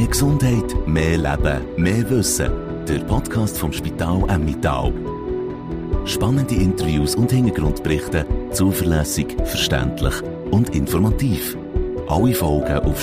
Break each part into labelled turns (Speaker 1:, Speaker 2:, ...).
Speaker 1: Mehr Gesundheit, mehr Leben, mehr Wissen. Der Podcast vom Spital Emmental. Spannende Interviews und Hintergrundberichte, zuverlässig, verständlich und informativ. Alle Folgen auf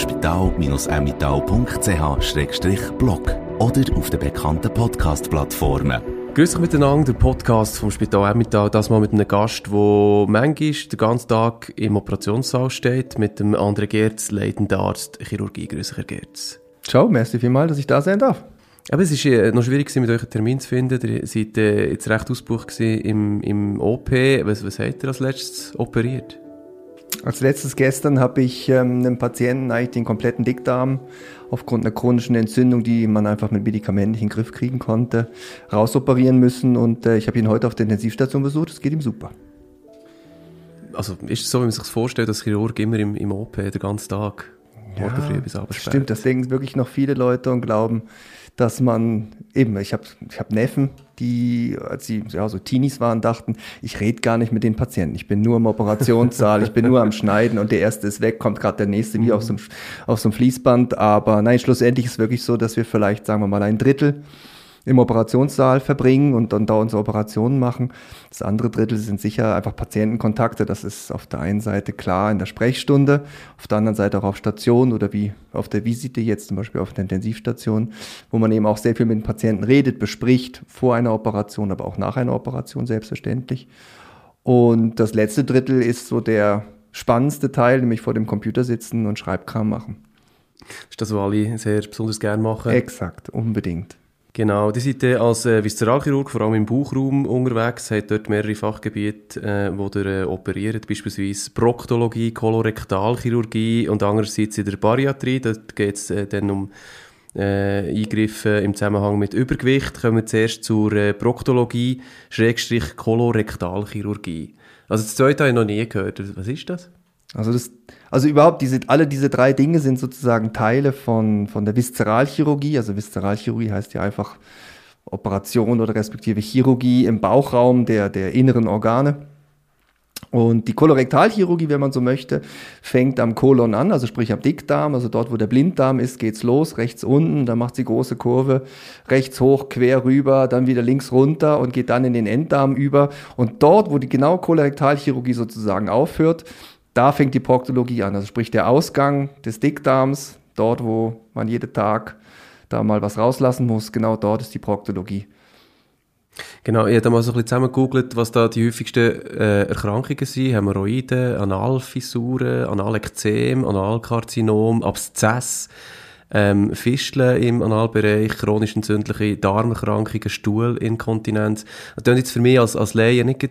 Speaker 1: spital-emmental.ch/blog oder auf den bekannten Podcast-Plattformen.
Speaker 2: Grüß euch miteinander, der Podcast vom Spital Emmental, das mal mit einem Gast, der manchmal den ganzen Tag im Operationssaal steht, mit dem André Gerz, leitender Arzt Chirurgie. Grüß euch, Herr Gerz.
Speaker 3: Ciao, merci vielmals, dass ich da sein darf.
Speaker 2: Aber es war noch schwierig, mit euch einen Termin zu finden. Ihr seid jetzt recht ausgebucht im OP. Was habt ihr als letztes operiert?
Speaker 3: Als letztes gestern habe ich einem Patienten eigentlich den kompletten Dickdarm aufgrund einer chronischen Entzündung, die man einfach mit Medikamenten nicht in den Griff kriegen konnte, rausoperieren müssen. Und ich habe ihn heute auf der Intensivstation besucht. Es geht ihm super. Also
Speaker 2: ist es so, wie man sich das vorstellt, dass Chirurg immer im OP den ganzen Tag, morgen früh bis abends spät?
Speaker 3: Stimmt, das denken wirklich noch viele Leute und glauben, dass man eben, ich hab Neffen, die, als sie so Teenies waren, dachten, ich rede gar nicht mit den Patienten, ich bin nur im Operationssaal, ich bin nur am Schneiden und der erste ist weg, kommt gerade der nächste wie auf so einem Fließband, aber nein, schlussendlich ist es wirklich so, dass wir vielleicht, sagen wir mal, ein Drittel im Operationssaal verbringen und dann da unsere Operationen machen. Das andere Drittel sind sicher einfach Patientenkontakte. Das ist auf der einen Seite klar in der Sprechstunde, auf der anderen Seite auch auf Station oder wie auf der Visite jetzt zum Beispiel auf der Intensivstation, wo man eben auch sehr viel mit den Patienten redet, bespricht, vor einer Operation, aber auch nach einer Operation selbstverständlich. Und das letzte Drittel ist so der spannendste Teil, nämlich vor dem Computer sitzen und Schreibkram machen.
Speaker 2: Das ist das, was alle sehr besonders gerne machen?
Speaker 3: Exakt, unbedingt.
Speaker 2: Genau, die seid als Viszeralchirurg vor allem im Bauchraum unterwegs, habt dort mehrere Fachgebiete, wo ihr operiert, beispielsweise Proktologie, Kolorektalchirurgie und andererseits in der Bariatrie. Dort geht es dann um Eingriffe im Zusammenhang mit Übergewicht. Kommen wir zuerst zur Proktologie, Kolorektalchirurgie. Also das zweite habe ich noch nie gehört. Was ist das?
Speaker 3: Also überhaupt, alle diese drei Dinge sind sozusagen Teile von der Viszeralchirurgie. Also Viszeralchirurgie heißt ja einfach Operation oder respektive Chirurgie im Bauchraum der inneren Organe. Und die Kolorektalchirurgie, wenn man so möchte, fängt am Kolon an, also sprich am Dickdarm, also dort, wo der Blinddarm ist, geht's los, rechts unten, dann macht sie große Kurve, rechts hoch, quer rüber, dann wieder links runter und geht dann in den Enddarm über. Und dort, wo die genaue Kolorektalchirurgie sozusagen aufhört, da fängt die Proktologie an, also sprich der Ausgang des Dickdarms, dort, wo man jeden Tag da mal was rauslassen muss, genau dort ist die Proktologie.
Speaker 2: Genau, ich habe mal so ein bisschen zusammen gegoogelt, was da die häufigsten Erkrankungen sind. Hämorrhoiden, Analfissuren, Analekzem, Analkarzinom, Abszess, Fisteln im Analbereich, chronisch entzündliche Darmerkrankungen, Stuhlinkontinenz. Das ist jetzt für mich als Laie nicht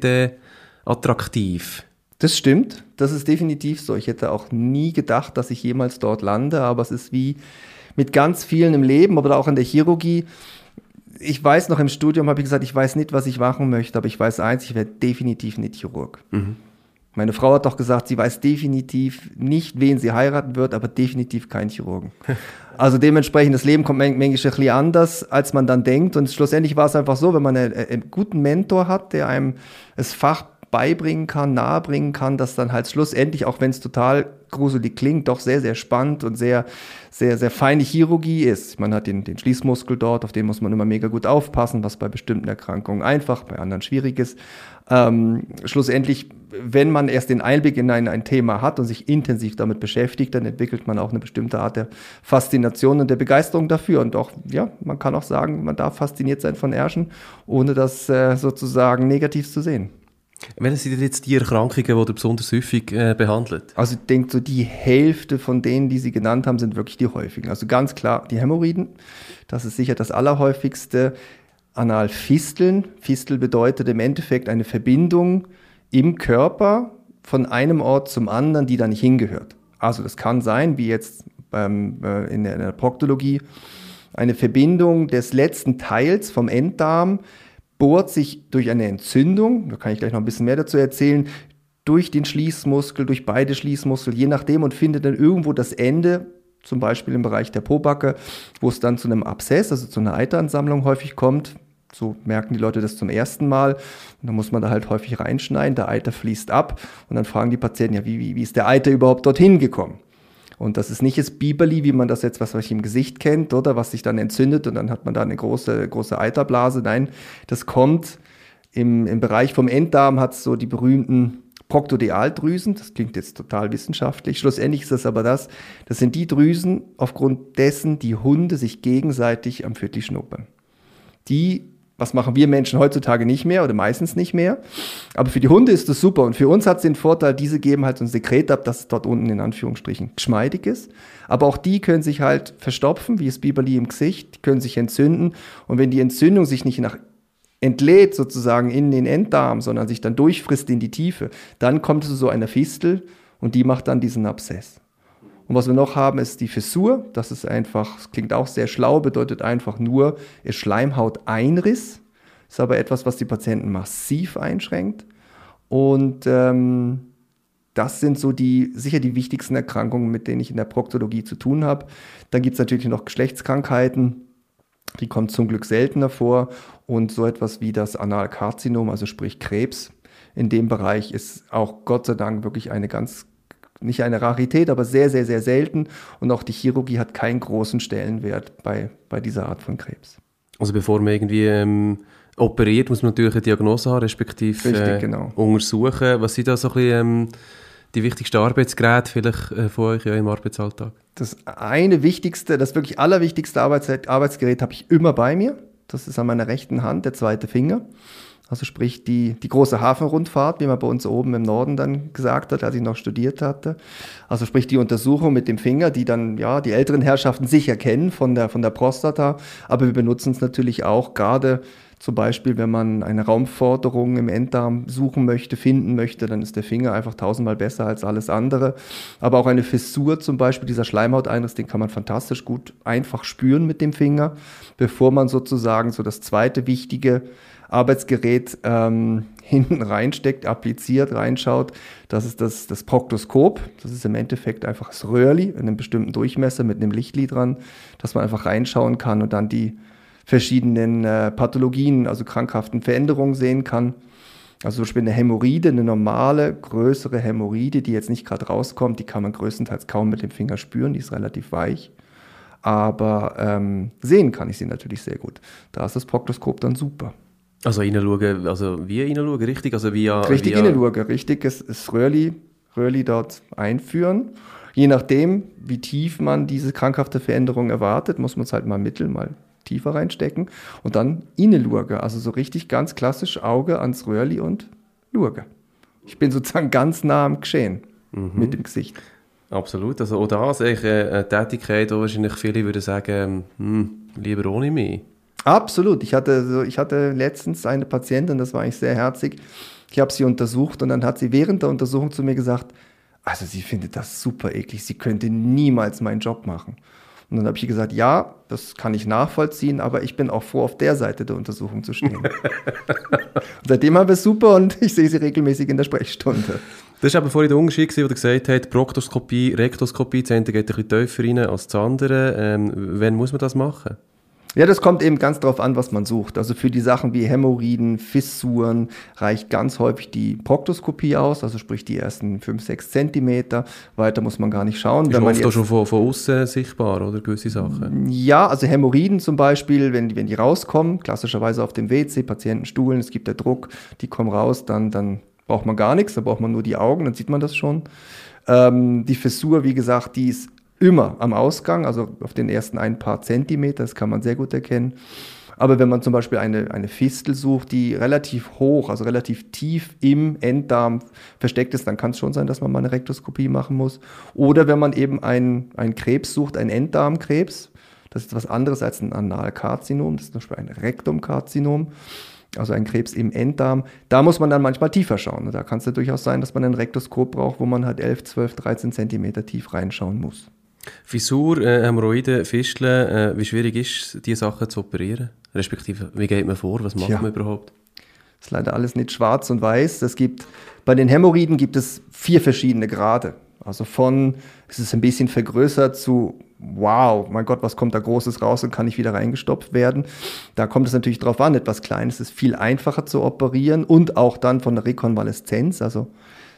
Speaker 2: attraktiv.
Speaker 3: Das stimmt, das ist definitiv so. Ich hätte auch nie gedacht, dass ich jemals dort lande, aber es ist wie mit ganz vielen im Leben, aber auch in der Chirurgie. Ich weiß noch, im Studium habe ich gesagt, ich weiß nicht, was ich machen möchte, aber ich weiß eins, ich werde definitiv nicht Chirurg. Mhm. Meine Frau hat doch gesagt, sie weiß definitiv nicht, wen sie heiraten wird, aber definitiv keinen Chirurgen. Also dementsprechend, das Leben kommt manchmal ein bisschen anders, als man dann denkt. Und schlussendlich war es einfach so, wenn man einen guten Mentor hat, der einem das Fach beibringen kann, nahebringen kann, dass dann halt schlussendlich, auch wenn es total gruselig klingt, doch sehr, sehr spannend und sehr, sehr, sehr feine Chirurgie ist. Man hat den Schließmuskel dort, auf den muss man immer mega gut aufpassen, was bei bestimmten Erkrankungen einfach, bei anderen schwierig ist. Schlussendlich, wenn man erst den Einblick in ein Thema hat und sich intensiv damit beschäftigt, dann entwickelt man auch eine bestimmte Art der Faszination und der Begeisterung dafür. Und auch, ja, man kann auch sagen, man darf fasziniert sein von Ährchen, ohne das sozusagen negativ zu sehen.
Speaker 2: Welche sind jetzt die Erkrankungen, die ihr besonders häufig behandelt?
Speaker 3: Also ich denke, so die Hälfte von denen, die Sie genannt haben, sind wirklich die häufigen. Also ganz klar die Hämorrhoiden, das ist sicher das allerhäufigste. Analfisteln, Fistel bedeutet im Endeffekt eine Verbindung im Körper von einem Ort zum anderen, die da nicht hingehört. Also das kann sein, wie jetzt in der Proktologie, eine Verbindung des letzten Teils vom Enddarm bohrt sich durch eine Entzündung, da kann ich gleich noch ein bisschen mehr dazu erzählen, durch den Schließmuskel, durch beide Schließmuskel, je nachdem, und findet dann irgendwo das Ende, zum Beispiel im Bereich der Pobacke, wo es dann zu einem Abszess, also zu einer Eiteransammlung häufig kommt. So merken die Leute das zum ersten Mal. Und dann muss man da halt häufig reinschneiden, der Eiter fließt ab und dann fragen die Patienten, ja, wie ist der Eiter überhaupt dorthin gekommen? Und das ist nicht das Biberli, wie man das jetzt, was ich im Gesicht kennt, oder was sich dann entzündet und dann hat man da eine große Eiterblase. Nein, das kommt im Bereich vom Enddarm, hat es so die berühmten Proctodealdrüsen. Das klingt jetzt total wissenschaftlich. Schlussendlich ist das aber das sind die Drüsen, aufgrund dessen die Hunde sich gegenseitig am Pfötli schnuppern. Was machen wir Menschen heutzutage nicht mehr oder meistens nicht mehr. Aber für die Hunde ist das super. Und für uns hat es den Vorteil, diese geben halt so ein Sekret ab, dass es dort unten in Anführungsstrichen geschmeidig ist. Aber auch die können sich halt verstopfen, wie das Biberli im Gesicht, die können sich entzünden. Und wenn die Entzündung sich nicht entlädt sozusagen in den Enddarm, sondern sich dann durchfrisst in die Tiefe, dann kommt es zu so einer Fistel und die macht dann diesen Abszess. Und was wir noch haben, ist die Fissur. Das ist einfach, das klingt auch sehr schlau, bedeutet einfach nur, ist Schleimhauteinriss. Ist aber etwas, was die Patienten massiv einschränkt. Und das sind so sicher die wichtigsten Erkrankungen, mit denen ich in der Proktologie zu tun habe. Dann gibt es natürlich noch Geschlechtskrankheiten. Die kommen zum Glück seltener vor. Und so etwas wie das Analkarzinom, also sprich Krebs, in dem Bereich ist auch Gott sei Dank wirklich nicht eine Rarität, aber sehr, sehr, sehr selten. Und auch die Chirurgie hat keinen großen Stellenwert bei dieser Art von Krebs.
Speaker 2: Also bevor man irgendwie operiert, muss man natürlich eine Diagnose haben, respektive
Speaker 3: Richtig, genau.
Speaker 2: Untersuchen. Was sind da so ein bisschen die wichtigsten Arbeitsgeräte vielleicht von euch im Arbeitsalltag?
Speaker 3: Das wirklich allerwichtigste Arbeitsgerät habe ich immer bei mir. Das ist an meiner rechten Hand, der zweite Finger. Also sprich die große Hafenrundfahrt, wie man bei uns oben im Norden dann gesagt hat, als ich noch studiert hatte. Also sprich die Untersuchung mit dem Finger, die dann die älteren Herrschaften sicher kennen von der Prostata. Aber wir benutzen es natürlich auch gerade zum Beispiel, wenn man eine Raumforderung im Enddarm finden möchte, dann ist der Finger einfach 1000-mal besser als alles andere. Aber auch eine Fissur zum Beispiel, dieser Schleimhauteinriss, den kann man fantastisch gut einfach spüren mit dem Finger, bevor man sozusagen so das zweite wichtige Arbeitsgerät hinten reinsteckt, appliziert, reinschaut. Das ist das Proktoskop. Das ist im Endeffekt einfach das Röhrli in einem bestimmten Durchmesser mit einem Lichtli dran, dass man einfach reinschauen kann und dann die verschiedenen Pathologien, also krankhaften Veränderungen sehen kann. Also zum Beispiel eine Hämorrhoide, eine normale, größere Hämorrhoide, die jetzt nicht gerade rauskommt, die kann man größtenteils kaum mit dem Finger spüren, die ist relativ weich. Aber sehen kann ich sie natürlich sehr gut. Da ist das Proktoskop dann super.
Speaker 2: Also reinschauen, also wie reinschauen, richtig? Also
Speaker 3: richtig reinschauen, richtig, das Röhrli dort einführen. Je nachdem, wie tief man diese krankhafte Veränderung erwartet, muss man es halt mal tiefer reinstecken und dann reinschauen. Also so richtig ganz klassisch Auge ans Röhrli und schauen. Ich bin sozusagen ganz nah am Geschehen mit dem Gesicht.
Speaker 2: Absolut, also auch das ist eine Tätigkeit, wo wahrscheinlich viele würden sagen, lieber ohne mich.
Speaker 3: Absolut. Ich hatte letztens eine Patientin, das war eigentlich sehr herzig. Ich habe sie untersucht und dann hat sie während der Untersuchung zu mir gesagt, also sie findet das super eklig, sie könnte niemals meinen Job machen. Und dann habe ich ihr gesagt, ja, das kann ich nachvollziehen, aber ich bin auch froh, auf der Seite der Untersuchung zu stehen. Und seitdem haben wir es super und ich sehe sie regelmäßig in der Sprechstunde.
Speaker 2: Das war aber vorhin der Unterschied, wo du gesagt hast, Proktoskopie, Rektoskopie, das eine geht ein bisschen tiefer rein als das andere. Wann muss man das machen?
Speaker 3: Ja, das kommt eben ganz drauf an, was man sucht. Also für die Sachen wie Hämorrhoiden, Fissuren reicht ganz häufig die Proktoskopie aus, also sprich die ersten 5-6 Zentimeter. Weiter muss man gar nicht schauen.
Speaker 2: Ist oft auch schon von außen sichtbar, oder gewisse Sachen?
Speaker 3: Ja, also Hämorrhoiden zum Beispiel, wenn die rauskommen, klassischerweise auf dem WC, Patientenstuhlen, es gibt der Druck, die kommen raus, dann braucht man gar nichts, dann braucht man nur die Augen, dann sieht man das schon. Die Fissur, wie gesagt, die ist immer am Ausgang, also auf den ersten ein paar Zentimeter, das kann man sehr gut erkennen. Aber wenn man zum Beispiel eine Fistel sucht, die relativ hoch, also relativ tief im Enddarm versteckt ist, dann kann es schon sein, dass man mal eine Rektoskopie machen muss. Oder wenn man eben einen Krebs sucht, einen Enddarmkrebs, das ist was anderes als ein Analkarzinom, das ist zum Beispiel ein Rektumkarzinom, also ein Krebs im Enddarm, da muss man dann manchmal tiefer schauen. Da kann es ja durchaus sein, dass man ein Rektoskop braucht, wo man halt 11, 12, 13 Zentimeter tief reinschauen muss.
Speaker 2: Fissur, Hämorrhoiden, Fisteln, wie schwierig ist es, diese Sachen zu operieren? Respektive, wie geht man vor? Was macht man überhaupt?
Speaker 3: Das ist leider alles nicht schwarz und weiß. Bei den Hämorrhoiden gibt es 4 verschiedene Grade. Also es ist ein bisschen vergrößert zu, wow, mein Gott, was kommt da Großes raus und kann nicht wieder reingestopft werden. Da kommt es natürlich drauf an, etwas Kleines ist viel einfacher zu operieren und auch dann von der Rekonvaleszenz, also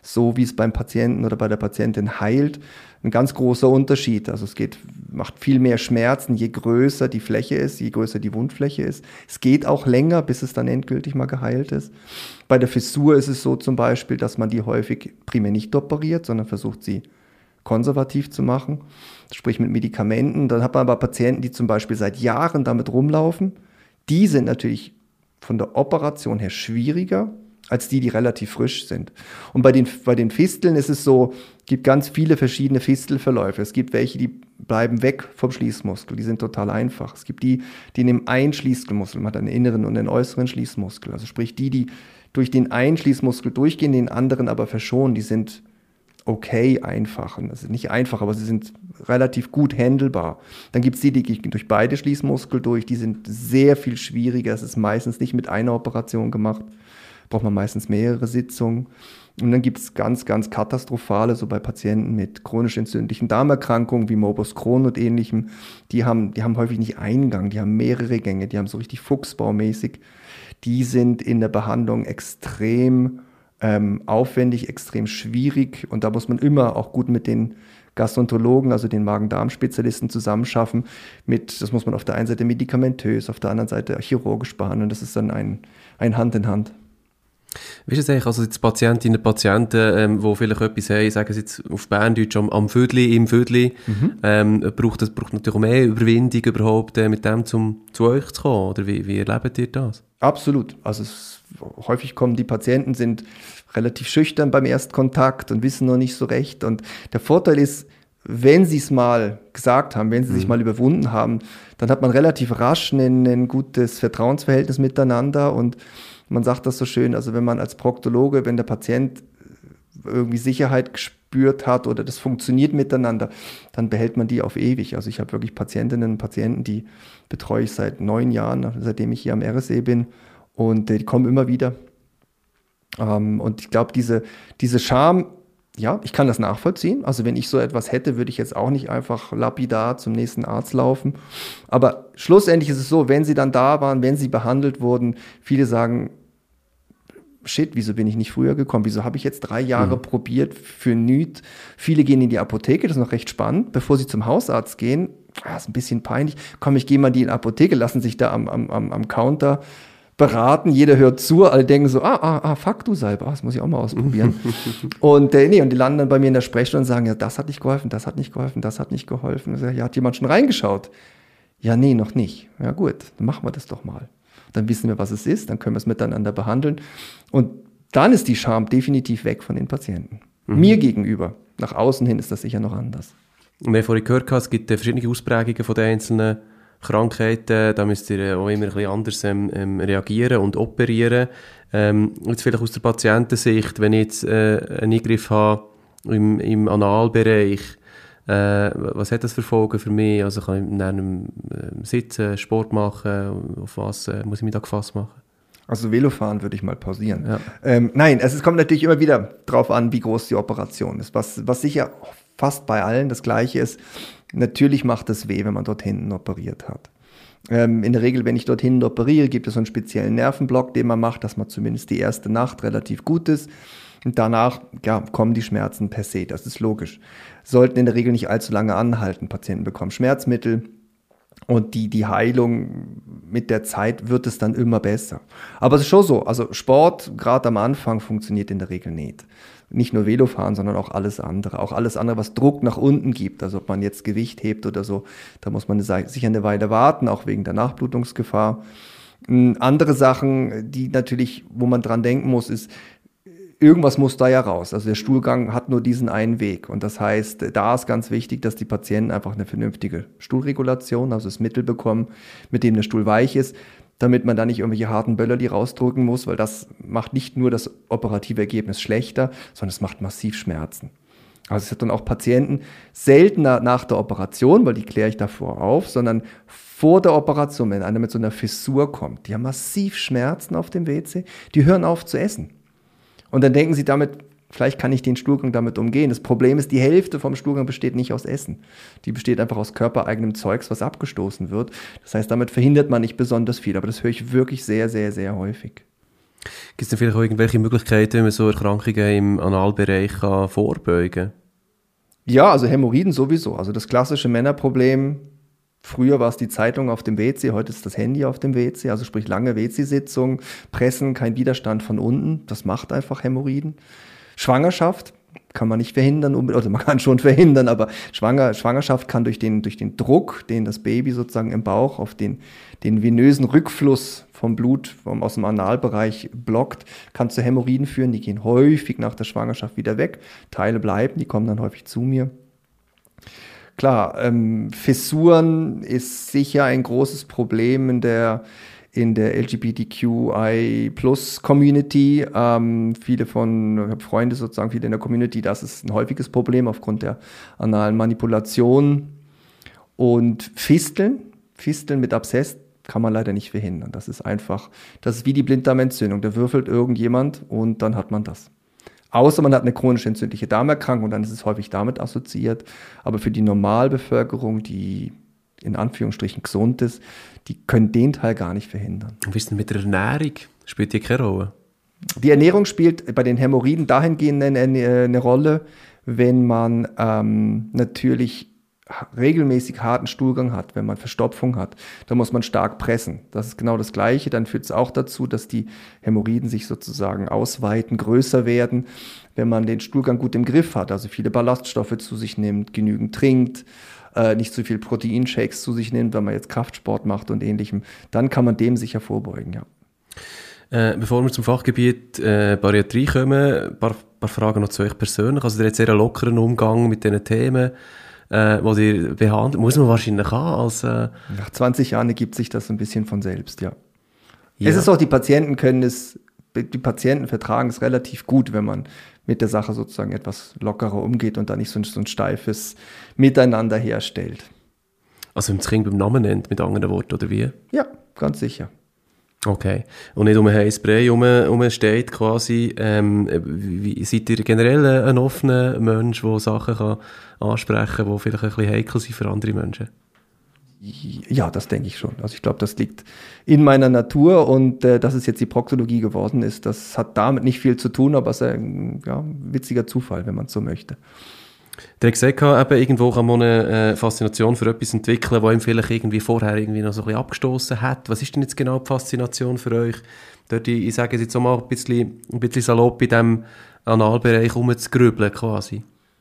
Speaker 3: so wie es beim Patienten oder bei der Patientin heilt, ein ganz großer Unterschied. Also macht viel mehr Schmerzen, je größer die Fläche ist, je größer die Wundfläche ist. Es geht auch länger, bis es dann endgültig mal geheilt ist. Bei der Fissur ist es so zum Beispiel, dass man die häufig primär nicht operiert, sondern versucht, sie konservativ zu machen, sprich mit Medikamenten. Dann hat man aber Patienten, die zum Beispiel seit Jahren damit rumlaufen. Die sind natürlich von der Operation her schwieriger als die relativ frisch sind. Und bei den Fisteln ist es so, es gibt ganz viele verschiedene Fistelverläufe. Es gibt welche, die bleiben weg vom Schließmuskel, die sind total einfach. Es gibt die nehmen einen Schließmuskel, man hat einen inneren und einen äußeren Schließmuskel. Also sprich die durch den einen Schließmuskel durchgehen, den anderen aber verschonen, die sind okay einfach. Also nicht einfach, aber sie sind relativ gut handelbar. Dann gibt es die gehen durch beide Schließmuskel durch, die sind sehr viel schwieriger. Es ist meistens nicht mit einer Operation gemacht. Braucht man meistens mehrere Sitzungen. Und dann gibt es ganz, ganz katastrophale, so bei Patienten mit chronisch entzündlichen Darmerkrankungen wie Morbus Crohn und ähnlichem. Die haben häufig nicht einen Gang, die haben mehrere Gänge, die haben so richtig fuchsbaumäßig. Die sind in der Behandlung extrem aufwendig, extrem schwierig. Und da muss man immer auch gut mit den Gastroenterologen, also den Magen-Darm-Spezialisten zusammenschaffen. Das muss man auf der einen Seite medikamentös, auf der anderen Seite chirurgisch behandeln. Das ist dann ein Hand in Hand.
Speaker 2: Wie ist es eigentlich, also jetzt Patientinnen und Patienten, die vielleicht etwas haben, sagen sie jetzt auf Berndeutsch im Vödli, braucht natürlich auch mehr Überwindung überhaupt, mit dem zu euch zu kommen, oder wie erlebt ihr das?
Speaker 3: Absolut, also häufig kommen die Patienten, sind relativ schüchtern beim Erstkontakt und wissen noch nicht so recht, und der Vorteil ist, wenn sie es mal gesagt haben, wenn sie sich mal überwunden haben, dann hat man relativ rasch ein gutes Vertrauensverhältnis miteinander, und man sagt das so schön, also wenn man als Proktologe, wenn der Patient irgendwie Sicherheit gespürt hat oder das funktioniert miteinander, dann behält man die auf ewig. Also ich habe wirklich Patientinnen und Patienten, die betreue ich seit 9 Jahren, seitdem ich hier am RSE bin, und die kommen immer wieder. Und ich glaube, diese Scham, ja, ich kann das nachvollziehen. Also wenn ich so etwas hätte, würde ich jetzt auch nicht einfach lapidar zum nächsten Arzt laufen. Aber schlussendlich ist es so, wenn sie dann da waren, wenn sie behandelt wurden, viele sagen, shit, wieso bin ich nicht früher gekommen? Wieso habe ich jetzt 3 Jahre probiert für nichts? Viele gehen in die Apotheke, das ist noch recht spannend. Bevor sie zum Hausarzt gehen, ist ein bisschen peinlich. Komm, ich gehe mal in die Apotheke, lassen sich da am Counter beraten, jeder hört zu, alle denken so, fuck, du Salbe, das muss ich auch mal ausprobieren. und die landen dann bei mir in der Sprechstunde und sagen, ja, das hat nicht geholfen, das hat nicht geholfen, das hat nicht geholfen. Ich sage, ja, hat jemand schon reingeschaut? Ja, nee, noch nicht. Ja gut, dann machen wir das doch mal. Dann wissen wir, was es ist, dann können wir es miteinander behandeln. Und dann ist die Scham definitiv weg von den Patienten. Mir gegenüber. Nach außen hin ist das sicher noch anders.
Speaker 2: Und wir haben vorhin gehört, es gibt verschiedene Ausprägungen von den einzelnen Krankheiten, da müsst ihr auch immer ein bisschen anders reagieren und operieren. Jetzt vielleicht aus der Patientensicht, wenn ich jetzt einen Eingriff habe im Analbereich, was hat das für Folgen für mich? Also kann ich in einem Sitzen Sport machen? Auf was muss ich mich da gefasst machen?
Speaker 3: Also Velofahren würde ich mal pausieren. Ja. Nein, es kommt natürlich immer wieder drauf an, wie groß die Operation ist. Was sicher fast bei allen das Gleiche ist, natürlich macht es weh, wenn man dort hinten operiert hat. In der Regel, wenn ich dort hinten operiere, gibt es so einen speziellen Nervenblock, den man macht, dass man zumindest die erste Nacht relativ gut ist. Und danach kommen die Schmerzen per se, das ist logisch. Sollten in der Regel nicht allzu lange anhalten. Patienten bekommen Schmerzmittel und die Heilung mit der Zeit wird es dann immer besser. Aber es ist schon so, also Sport, gerade am Anfang, funktioniert in der Regel nicht. Nicht nur Velofahren, sondern auch alles andere. Auch alles andere, was Druck nach unten gibt. Also ob man jetzt Gewicht hebt oder so, da muss man sicher eine Weile warten, auch wegen der Nachblutungsgefahr. Andere Sachen, die natürlich, wo man dran denken muss, ist, irgendwas muss da ja raus. Also der Stuhlgang hat nur diesen einen Weg. Und das heißt, da ist ganz wichtig, dass die Patienten einfach eine vernünftige Stuhlregulation, also das Mittel bekommen, mit dem der Stuhl weich ist, damit man da nicht irgendwelche harten Böllerli rausdrücken muss, weil das macht nicht nur das operative Ergebnis schlechter, sondern es macht massiv Schmerzen. Also es hat dann auch Patienten seltener nach der Operation, weil die kläre ich davor auf, sondern vor der Operation, wenn einer mit so einer Fissur kommt, die haben massiv Schmerzen auf dem WC, die hören auf zu essen. Und dann denken sie damit, vielleicht kann ich den Stuhlgang damit umgehen. Das Problem ist, die Hälfte vom Stuhlgang besteht nicht aus Essen. Die besteht einfach aus körpereigenem Zeugs, was abgestoßen wird. Das heißt, damit verhindert man nicht besonders viel. Aber das höre ich wirklich sehr, sehr, sehr häufig.
Speaker 2: Gibt es denn vielleicht auch irgendwelche Möglichkeiten, wie man so Erkrankungen im Analbereich kann vorbeugen kann?
Speaker 3: Ja, also Hämorrhoiden sowieso. Also das klassische Männerproblem, früher war es die Zeitung auf dem WC, heute ist das Handy auf dem WC, also sprich lange WC-Sitzung, Pressen, kein Widerstand von unten, das macht einfach Hämorrhoiden. Schwangerschaft kann man nicht verhindern, oder man kann schon verhindern, aber Schwangerschaft kann durch den Druck, den das Baby sozusagen im Bauch auf den venösen Rückfluss vom Blut aus dem Analbereich blockt, kann zu Hämorrhoiden führen. Die gehen häufig nach der Schwangerschaft wieder weg. Teile bleiben, die kommen dann häufig zu mir. Klar, Fissuren ist sicher ein großes Problem in der LGBTQI+-Community. Ich habe Freunde sozusagen, viele in der Community, das ist ein häufiges Problem aufgrund der analen Manipulation. Und Fisteln mit Abszess kann man leider nicht verhindern. Das ist wie die Blinddarmentzündung. Da würfelt irgendjemand und dann hat man das. Außer man hat eine chronisch entzündliche Darmerkrankung, dann ist es häufig damit assoziiert. Aber für die Normalbevölkerung, die in Anführungsstrichen gesund ist, die können den Teil gar nicht verhindern.
Speaker 2: Und wie ist denn mit der Ernährung? Spielt die keine Rolle?
Speaker 3: Die Ernährung spielt bei den Hämorrhoiden dahingehend eine Rolle, wenn man natürlich regelmäßig harten Stuhlgang hat, wenn man Verstopfung hat, dann muss man stark pressen. Das ist genau das Gleiche. Dann führt es auch dazu, dass die Hämorrhoiden sich sozusagen ausweiten, größer werden, wenn man den Stuhlgang gut im Griff hat, also viele Ballaststoffe zu sich nimmt, genügend trinkt, nicht zu viel Proteinshakes zu sich nimmt, wenn man jetzt Kraftsport macht und Ähnlichem, dann kann man dem sicher vorbeugen, ja.
Speaker 2: Bevor wir zum Fachgebiet Bariatrie kommen, ein paar Fragen noch zu euch persönlich. Also ihr habt sehr einen lockeren Umgang mit diesen Themen, die ihr behandelt. Muss man wahrscheinlich haben.
Speaker 3: Nach 20 Jahren ergibt sich das ein bisschen von selbst, ja. Es ist auch, die Patienten vertragen es relativ gut, wenn man mit der Sache sozusagen etwas lockerer umgeht und da nicht so ein steifes Miteinander herstellt.
Speaker 2: Also wenn man das Kind beim Namen nennt, mit anderen Worten, oder wie?
Speaker 3: Ja, ganz sicher.
Speaker 2: Okay. Und nicht um ein heißes Brei steht quasi. Seid ihr generell ein offener Mensch, der Sachen kann ansprechen kann, die vielleicht ein bisschen heikel sind für andere Menschen?
Speaker 3: Ja, das denke ich schon. Also ich glaube, das liegt in meiner Natur und dass es jetzt die Proktologie geworden ist, das hat damit nicht viel zu tun, aber es ist ein witziger Zufall, wenn man es so möchte.
Speaker 2: Der hat gesagt, eben, irgendwo kann man eine Faszination für etwas entwickeln, das ihm vielleicht irgendwie vorher irgendwie noch so ein bisschen abgestoßen hat. Was ist denn jetzt genau die Faszination für euch? Dort, ich sage jetzt auch mal ein bisschen salopp in diesem Analbereich rumzugrübeln quasi.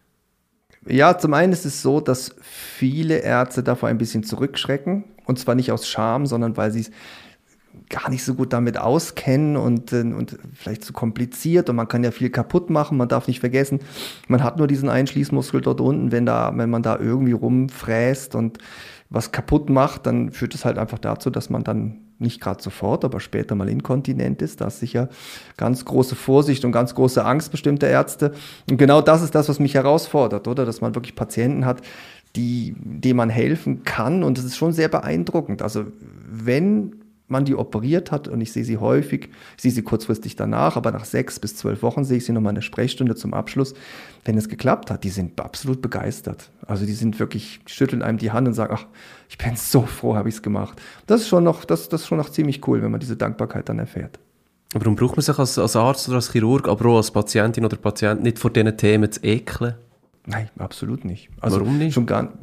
Speaker 3: Ja, zum einen ist es so, dass viele Ärzte davor ein bisschen zurückschrecken. Und zwar nicht aus Scham, sondern weil sie es gar nicht so gut damit auskennen und vielleicht zu kompliziert. Und man kann ja viel kaputt machen. Man darf nicht vergessen, man hat nur diesen einen Schließmuskel dort unten. Wenn man da irgendwie rumfräst und was kaputt macht, dann führt es halt einfach dazu, dass man dann nicht gerade sofort, aber später mal inkontinent ist. Da ist sicher ganz große Vorsicht und ganz große Angst bestimmter Ärzte. Und genau das ist das, was mich herausfordert, oder? Dass man wirklich Patienten hat, denen man helfen kann. Und das ist schon sehr beeindruckend. Also wenn man die operiert hat, und ich sehe sie häufig, ich sehe sie kurzfristig danach, aber nach 6 bis 12 Wochen sehe ich sie nochmal in der Sprechstunde zum Abschluss. Wenn es geklappt hat, die sind absolut begeistert. Also die sind wirklich, schütteln einem die Hand und sagen, ach, ich bin so froh, habe ich es gemacht. Das ist schon noch ziemlich cool, wenn man diese Dankbarkeit dann erfährt.
Speaker 2: Aber warum braucht man sich als Arzt oder als Chirurg, aber auch als Patientin oder Patient nicht vor diesen Themen zu ekeln?
Speaker 3: Nein, absolut nicht. Also,
Speaker 2: warum nicht?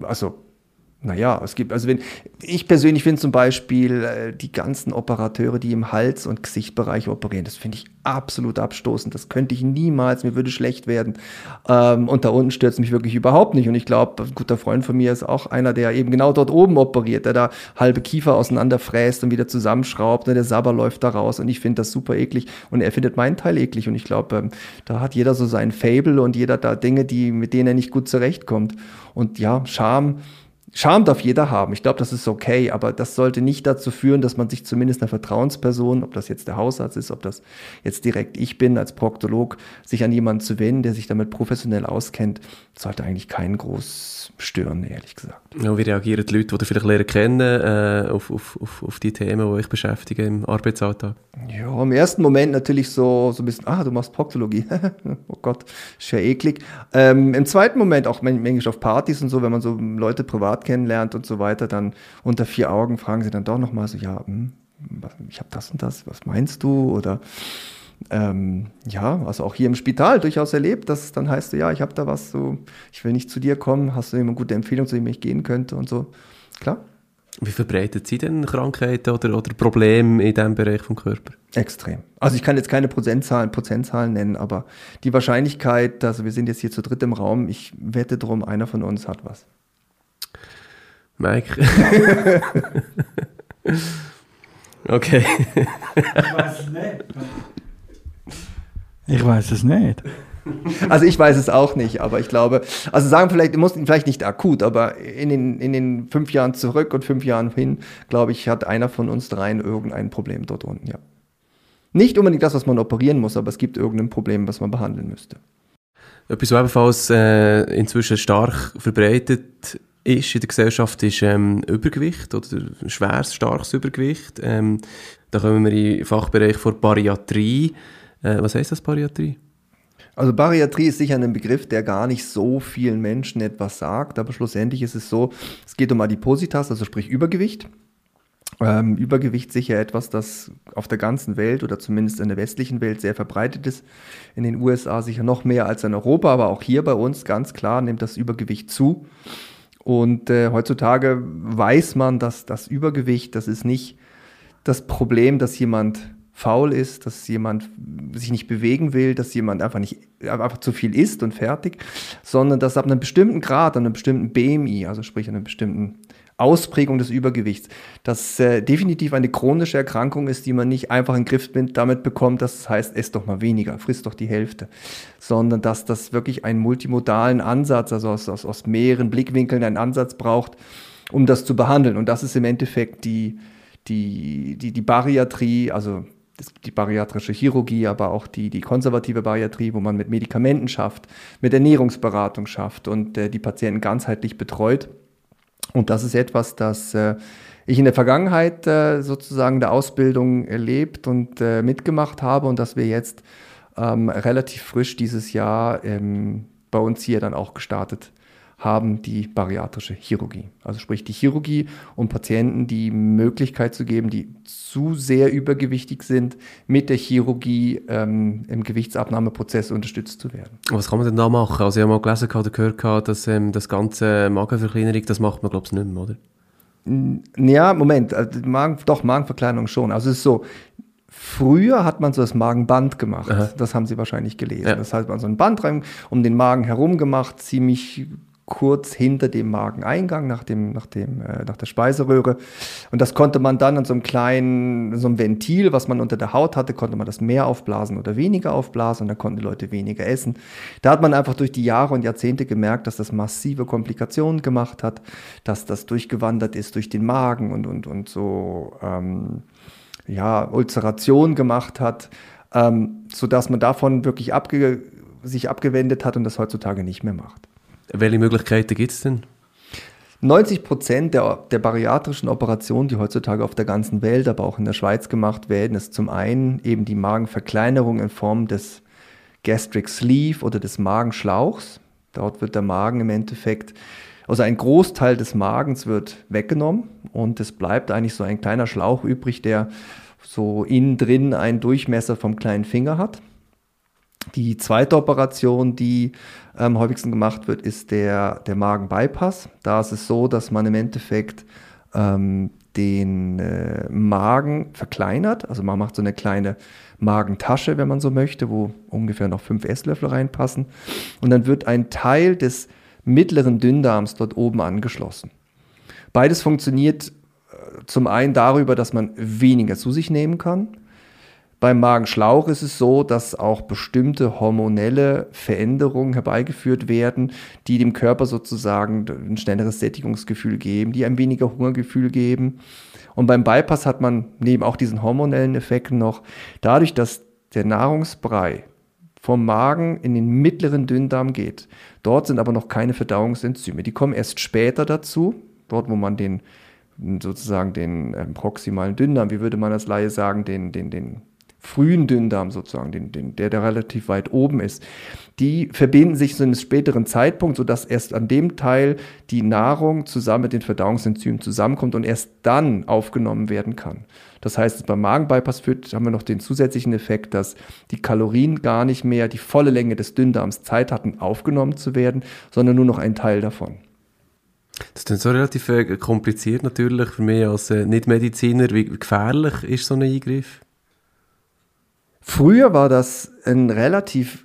Speaker 3: Ich persönlich finde zum Beispiel die ganzen Operateure, die im Hals- und Gesichtsbereich operieren, das finde ich absolut abstoßend. Das könnte ich niemals, mir würde schlecht werden. Und da unten stört es mich wirklich überhaupt nicht. Und ich glaube, ein guter Freund von mir ist auch einer, der eben genau dort oben operiert, der da halbe Kiefer auseinanderfräst und wieder zusammenschraubt und der Sabber läuft da raus. Und ich finde das super eklig. Und er findet meinen Teil eklig. Und ich glaube, da hat jeder so sein Faible und jeder da Dinge, mit denen er nicht gut zurechtkommt. Und ja, Scham darf jeder haben. Ich glaube, das ist okay, aber das sollte nicht dazu führen, dass man sich zumindest einer Vertrauensperson, ob das jetzt der Hausarzt ist, ob das jetzt direkt ich bin als Proktolog, sich an jemanden zu wenden, der sich damit professionell auskennt, sollte eigentlich keinen groß stören, ehrlich gesagt.
Speaker 2: Ja, wie reagieren die Leute, die vielleicht lernen kennen, auf die Themen, die euch beschäftigen im Arbeitsalltag?
Speaker 3: Ja, im ersten Moment natürlich so ein bisschen, du machst Proktologie. Oh Gott, ist ja eklig. Im zweiten Moment auch manchmal auf Partys und so, wenn man so Leute privat kennenlernt und so weiter, dann unter 4 Augen fragen sie dann doch nochmal so, ich habe das und das, was meinst du? Oder ja, also auch hier im Spital durchaus erlebt, dass es dann heißt, ja, ich habe da was, so, ich will nicht zu dir kommen, hast du eine gute Empfehlung, zu dem ich gehen könnte und so. Klar.
Speaker 2: Wie verbreitet Sie denn Krankheiten oder Probleme in diesem Bereich vom Körper?
Speaker 3: Extrem. Also ich kann jetzt keine Prozentzahlen nennen, aber die Wahrscheinlichkeit, also wir sind jetzt hier zu dritt im Raum, ich wette drum, einer von uns hat was.
Speaker 2: Mike? Okay.
Speaker 4: Ich weiß es nicht. Ich weiß es nicht.
Speaker 3: Also ich weiß es auch nicht, aber ich glaube, also sagen vielleicht nicht akut, aber in den 5 Jahren zurück und 5 Jahren hin, glaube ich, hat einer von uns dreien irgendein Problem dort unten, ja. Nicht unbedingt das, was man operieren muss, aber es gibt irgendein Problem, was man behandeln müsste.
Speaker 2: Etwas, was ebenfalls inzwischen stark verbreitet ist in der Gesellschaft, ist Übergewicht oder schweres, starkes Übergewicht. Da kommen wir in den Fachbereich von Bariatrie. Was heisst das, Bariatrie?
Speaker 3: Also Bariatrie ist sicher ein Begriff, der gar nicht so vielen Menschen etwas sagt, aber schlussendlich ist es so, es geht um Adipositas, also sprich Übergewicht. Übergewicht sicher etwas, das auf der ganzen Welt oder zumindest in der westlichen Welt sehr verbreitet ist. In den USA sicher noch mehr als in Europa, aber auch hier bei uns ganz klar nimmt das Übergewicht zu. Und heutzutage weiß man, dass das Übergewicht, das ist nicht das Problem, dass jemand faul ist, dass jemand sich nicht bewegen will, dass jemand einfach zu viel isst und fertig, sondern dass ab einem bestimmten Grad, an einem bestimmten BMI, also sprich an einer bestimmten Ausprägung des Übergewichts, das definitiv eine chronische Erkrankung ist, die man nicht einfach in den Griff damit bekommt, dass es heißt, ess doch mal weniger, friss doch die Hälfte, sondern dass das wirklich einen multimodalen Ansatz, also aus mehreren Blickwinkeln einen Ansatz braucht, um das zu behandeln. Und das ist im Endeffekt die Bariatrie, also die bariatrische Chirurgie, aber auch die konservative Bariatrie, wo man mit Medikamenten schafft, mit Ernährungsberatung schafft und die Patienten ganzheitlich betreut. Und das ist etwas, das ich in der Vergangenheit sozusagen der Ausbildung erlebt und mitgemacht habe und das wir jetzt relativ frisch dieses Jahr bei uns hier dann auch gestartet haben, die bariatrische Chirurgie. Also sprich die Chirurgie, um Patienten die Möglichkeit zu geben, die zu sehr übergewichtig sind, mit der Chirurgie im Gewichtsabnahmeprozess unterstützt zu werden.
Speaker 2: Was kann man denn da machen? Also ich habe mal gelesen oder gehört, dass das ganze Magenverkleinerung, das macht man glaube ich nicht mehr, oder?
Speaker 3: Ja, Moment, Magenverkleinerung schon. Also es ist so, früher hat man so das Magenband gemacht. Aha. Das haben Sie wahrscheinlich gelesen. Ja. Das heißt, man hat so ein Band rein um den Magen herum gemacht, ziemlich kurz hinter dem Mageneingang, nach der Speiseröhre. Und das konnte man dann an so einem Ventil, was man unter der Haut hatte, konnte man das mehr aufblasen oder weniger aufblasen und dann konnten die Leute weniger essen. Da hat man einfach durch die Jahre und Jahrzehnte gemerkt, dass das massive Komplikationen gemacht hat, dass das durchgewandert ist durch den Magen und so Ulceration gemacht hat, sodass man davon wirklich sich abgewendet hat und das heutzutage nicht mehr macht.
Speaker 2: Welche Möglichkeiten gibt es denn?
Speaker 3: 90% der bariatrischen Operationen, die heutzutage auf der ganzen Welt, aber auch in der Schweiz gemacht werden, ist zum einen eben die Magenverkleinerung in Form des Gastric Sleeve oder des Magenschlauchs. Dort wird der Magen im Endeffekt, also ein Großteil des Magens wird weggenommen und es bleibt eigentlich so ein kleiner Schlauch übrig, der so innen drin einen Durchmesser vom kleinen Finger hat. Die zweite Operation, die am häufigsten gemacht wird, ist der Magenbypass. Da ist es so, dass man im Endeffekt den Magen verkleinert. Also man macht so eine kleine Magentasche, wenn man so möchte, wo ungefähr noch 5 Esslöffel reinpassen. Und dann wird ein Teil des mittleren Dünndarms dort oben angeschlossen. Beides funktioniert zum einen darüber, dass man weniger zu sich nehmen kann. Beim Magenschlauch ist es so, dass auch bestimmte hormonelle Veränderungen herbeigeführt werden, die dem Körper sozusagen ein schnelleres Sättigungsgefühl geben, die ein weniger Hungergefühl geben. Und beim Bypass hat man neben auch diesen hormonellen Effekten noch, dadurch, dass der Nahrungsbrei vom Magen in den mittleren Dünndarm geht. Dort sind aber noch keine Verdauungsenzyme. Die kommen erst später dazu, dort wo man den proximalen Dünndarm, wie würde man als Laie sagen, den frühen Dünndarm sozusagen, der relativ weit oben ist, die verbinden sich zu einem späteren Zeitpunkt, sodass erst an dem Teil die Nahrung zusammen mit den Verdauungsenzymen zusammenkommt und erst dann aufgenommen werden kann. Das heißt, beim Magenbypass haben wir noch den zusätzlichen Effekt, dass die Kalorien gar nicht mehr die volle Länge des Dünndarms Zeit hatten, aufgenommen zu werden, sondern nur noch ein Teil davon.
Speaker 2: Das ist so relativ kompliziert natürlich für mich als Nicht-Mediziner. Wie gefährlich ist so ein Eingriff?
Speaker 3: Früher war das relativ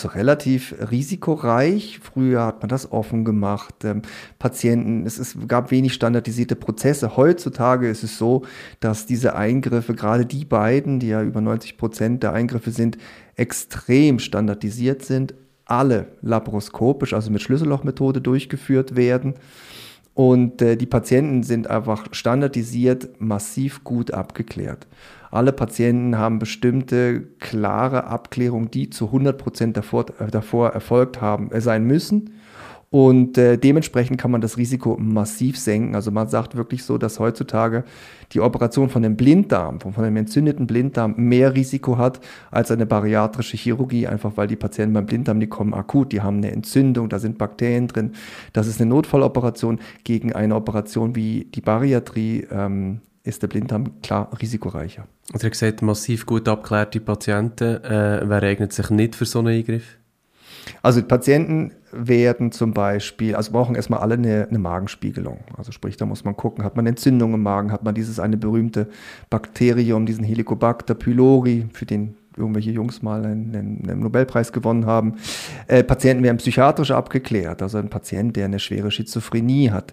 Speaker 3: risikoreich. Früher hat man das offen gemacht. Patienten, es gab wenig standardisierte Prozesse. Heutzutage ist es so, dass diese Eingriffe, gerade die beiden, die ja über 90% der Eingriffe sind, extrem standardisiert sind. Alle laparoskopisch, also mit Schlüssellochmethode durchgeführt werden. Und die Patienten sind einfach standardisiert massiv gut abgeklärt. Alle Patienten haben bestimmte klare Abklärungen, die zu 100% davor erfolgt sein müssen. Und dementsprechend kann man das Risiko massiv senken. Also man sagt wirklich so, dass heutzutage die Operation von dem Blinddarm, von einem entzündeten Blinddarm mehr Risiko hat als eine bariatrische Chirurgie, einfach weil die Patienten beim Blinddarm, die kommen akut, die haben eine Entzündung, da sind Bakterien drin. Das ist eine Notfalloperation. Gegen eine Operation wie die Bariatrie ist der Blinddarm klar risikoreicher.
Speaker 2: Also ihr gesagt, massiv gut abgeklärte Patienten, wer eignet sich nicht für so einen Eingriff?
Speaker 3: Also die Patienten werden zum Beispiel, also brauchen erstmal alle eine Magenspiegelung. Also sprich, da muss man gucken, hat man Entzündung im Magen, hat man dieses eine berühmte Bakterium, diesen Helicobacter pylori, für den irgendwelche Jungs mal einen Nobelpreis gewonnen haben. Patienten werden psychiatrisch abgeklärt, also ein Patient, der eine schwere Schizophrenie hat.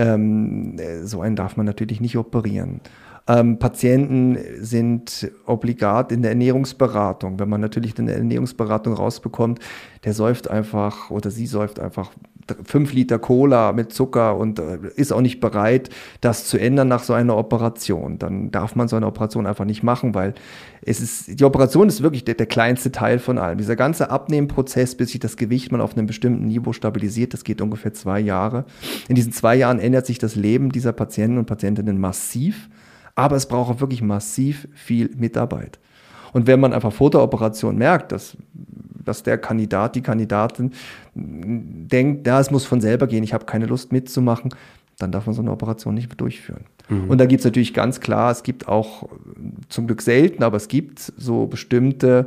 Speaker 3: So einen darf man natürlich nicht operieren. Patienten sind obligat in der Ernährungsberatung. Wenn man natürlich in der Ernährungsberatung rausbekommt, der säuft einfach oder sie säuft einfach 5 Liter Cola mit Zucker und ist auch nicht bereit, das zu ändern nach so einer Operation. Dann darf man so eine Operation einfach nicht machen, weil die Operation ist wirklich der kleinste Teil von allem. Dieser ganze Abnehmprozess, bis sich das Gewicht mal auf einem bestimmten Niveau stabilisiert, das geht ungefähr 2 Jahre. In diesen 2 Jahren ändert sich das Leben dieser Patienten und Patientinnen massiv. Aber es braucht auch wirklich massiv viel Mitarbeit. Und wenn man einfach vor der Operation merkt, dass der Kandidat, die Kandidatin denkt, ja, es muss von selber gehen, ich habe keine Lust mitzumachen, dann darf man so eine Operation nicht mehr durchführen. Mhm. Und da gibt es natürlich ganz klar, es gibt auch, zum Glück selten, aber es gibt so bestimmte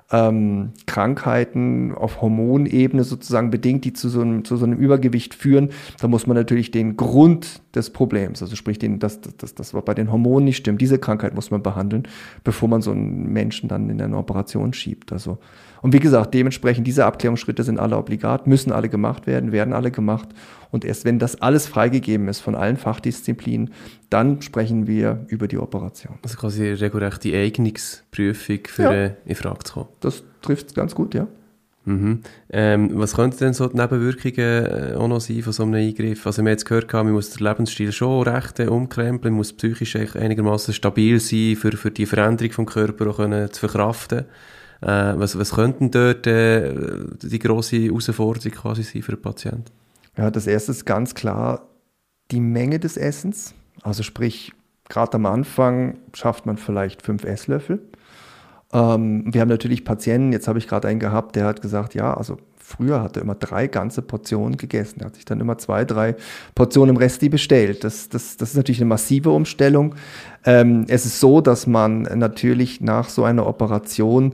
Speaker 3: Krankheiten auf Hormonebene sozusagen bedingt, die zu so einem Übergewicht führen. Da muss man natürlich den Grund des Problems, also sprich, dass was bei den Hormonen nicht stimmt, diese Krankheit muss man behandeln, bevor man so einen Menschen dann in eine Operation schiebt. Also, und wie gesagt, dementsprechend, diese Abklärungsschritte sind alle obligat, müssen alle gemacht werden, werden alle gemacht. Und erst wenn das alles freigegeben ist von allen Fachdisziplinen, dann sprechen wir über die Operation.
Speaker 2: Also quasi regelrecht die Eignungsprüfung für in Frage zu kommen.
Speaker 3: Das trifft es ganz gut, ja.
Speaker 2: Mhm. Was könnten denn so die Nebenwirkungen auch noch sein von so einem Eingriff? Also wir haben jetzt gehört, man muss den Lebensstil schon recht umkrempeln, muss psychisch einigermaßen stabil sein, für die Veränderung vom Körper auch zu verkraften. Was könnten dort die grosse Herausforderung quasi sein für den Patienten?
Speaker 3: Ja, das erste ist ganz klar die Menge des Essens. Also sprich, gerade am Anfang schafft man vielleicht 5 Esslöffel. Wir haben natürlich Patienten, jetzt habe ich gerade einen gehabt, der hat gesagt, ja, also früher hat er immer 3 ganze Portionen gegessen. Er hat sich dann immer 2, 3 Portionen im Resti bestellt. Das ist natürlich eine massive Umstellung. Es ist so, dass man natürlich nach so einer Operation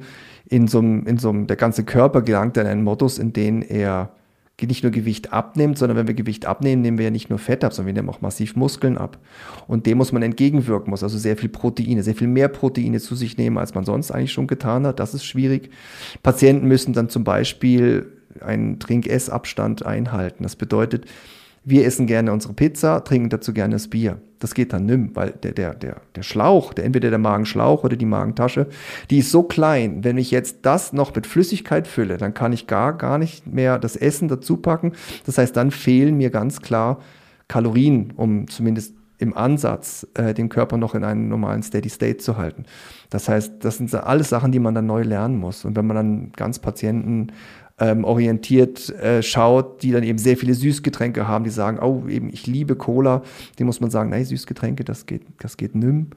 Speaker 3: der ganze Körper gelangt in einen Modus, in den er nicht nur Gewicht abnimmt, sondern wenn wir Gewicht abnehmen, nehmen wir ja nicht nur Fett ab, sondern wir nehmen auch massiv Muskeln ab. Und dem muss man entgegenwirken, muss also sehr viel mehr Proteine zu sich nehmen, als man sonst eigentlich schon getan hat. Das ist schwierig. Patienten müssen dann zum Beispiel einen Trink-Ess-Abstand einhalten. Das bedeutet, wir essen gerne unsere Pizza, trinken dazu gerne das Bier. Das geht dann nimm, weil der Schlauch, entweder der Magenschlauch oder die Magentasche, die ist so klein. Wenn ich jetzt das noch mit Flüssigkeit fülle, dann kann ich gar nicht mehr das Essen dazu packen. Das heißt, dann fehlen mir ganz klar Kalorien, um zumindest im Ansatz den Körper noch in einen normalen Steady State zu halten. Das heißt, das sind alles Sachen, die man dann neu lernen muss. Und wenn man dann ganz Patienten orientiert schaut, die dann eben sehr viele Süßgetränke haben, die sagen, oh, eben ich liebe Cola, dem muss man sagen, nein, Süßgetränke, das geht nimm.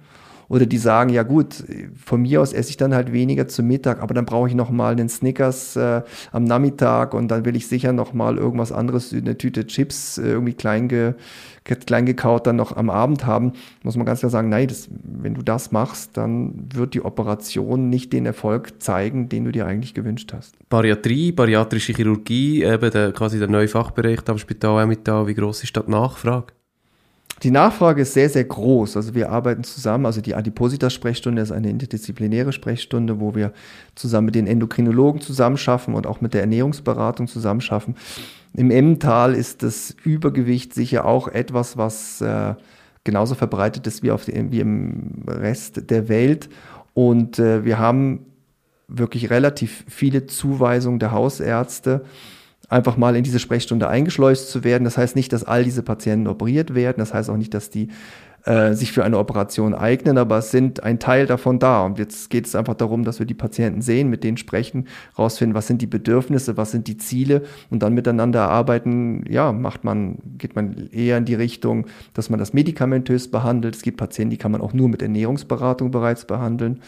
Speaker 3: Oder die sagen, ja gut, von mir aus esse ich dann halt weniger zum Mittag, aber dann brauche ich noch mal einen Snickers am Nachmittag und dann will ich sicher noch mal irgendwas anderes, eine Tüte Chips, irgendwie klein gekaut dann noch am Abend haben. Muss man ganz klar sagen, nein, wenn du das machst, dann wird die Operation nicht den Erfolg zeigen, den du dir eigentlich gewünscht hast.
Speaker 2: Bariatrie, bariatrische Chirurgie, eben quasi der neue Fachbereich am Spital Emmental. Wie gross ist da die Nachfrage?
Speaker 3: Die Nachfrage ist sehr, sehr groß. Also wir arbeiten zusammen, also die Adipositas-Sprechstunde ist eine interdisziplinäre Sprechstunde, wo wir zusammen mit den Endokrinologen zusammenschaffen und auch mit der Ernährungsberatung zusammenschaffen. Im Emmental ist das Übergewicht sicher auch etwas, was genauso verbreitet ist wie im Rest der Welt. Und wir haben wirklich relativ viele Zuweisungen der Hausärzte, einfach mal in diese Sprechstunde eingeschleust zu werden. Das heißt nicht, dass all diese Patienten operiert werden. Das heißt auch nicht, dass die sich für eine Operation eignen, aber es sind ein Teil davon da. Und jetzt geht es einfach darum, dass wir die Patienten sehen, mit denen sprechen, rausfinden, was sind die Bedürfnisse, was sind die Ziele und dann miteinander erarbeiten. Ja, geht man eher in die Richtung, dass man das medikamentös behandelt. Es gibt Patienten, die kann man auch nur mit Ernährungsberatung bereits behandeln.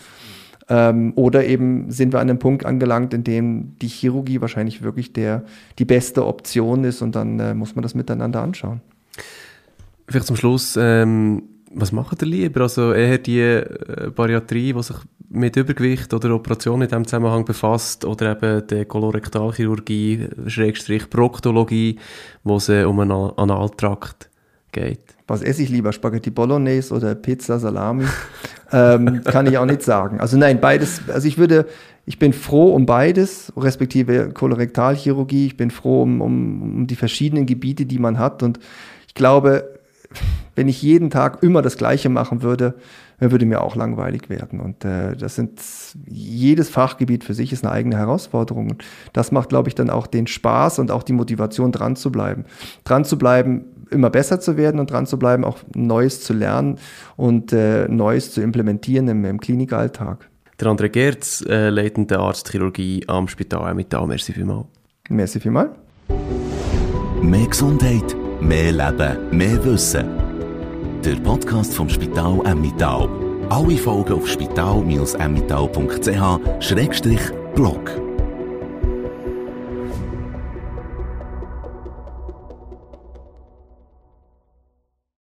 Speaker 3: Oder eben sind wir an einem Punkt angelangt, in dem die Chirurgie wahrscheinlich wirklich die beste Option ist und dann muss man das miteinander anschauen.
Speaker 2: Vielleicht zum Schluss, was macht ihr lieber? Also eher die Bariatrie, die sich mit Übergewicht oder Operationen in diesem Zusammenhang befasst oder eben die Kolorektalchirurgie, Proktologie, wo es um einen Analtrakt geht?
Speaker 3: Was esse ich lieber, Spaghetti Bolognese oder Pizza Salami? Kann ich auch nicht sagen. Also nein, beides. Also ich bin froh um beides, respektive Kolorektalchirurgie. Ich bin froh um die verschiedenen Gebiete, die man hat. Und ich glaube, wenn ich jeden Tag immer das Gleiche machen würde, würde mir auch langweilig werden. Und jedes Fachgebiet für sich ist eine eigene Herausforderung. Und das macht, glaube ich, dann auch den Spaß und auch die Motivation, dran zu bleiben. Dran zu bleiben, immer besser zu werden und dran zu bleiben, auch Neues zu lernen und Neues zu implementieren im Klinikalltag.
Speaker 2: Der André Gerz, leitender Arzt Chirurgie am Spital Emmental. Merci vielmals.
Speaker 3: Merci vielmals.
Speaker 1: Mehr Gesundheit, mehr Leben, mehr Wissen. Der Podcast vom Spital Emmental. Alle Folgen auf spital-emmental.ch/blog.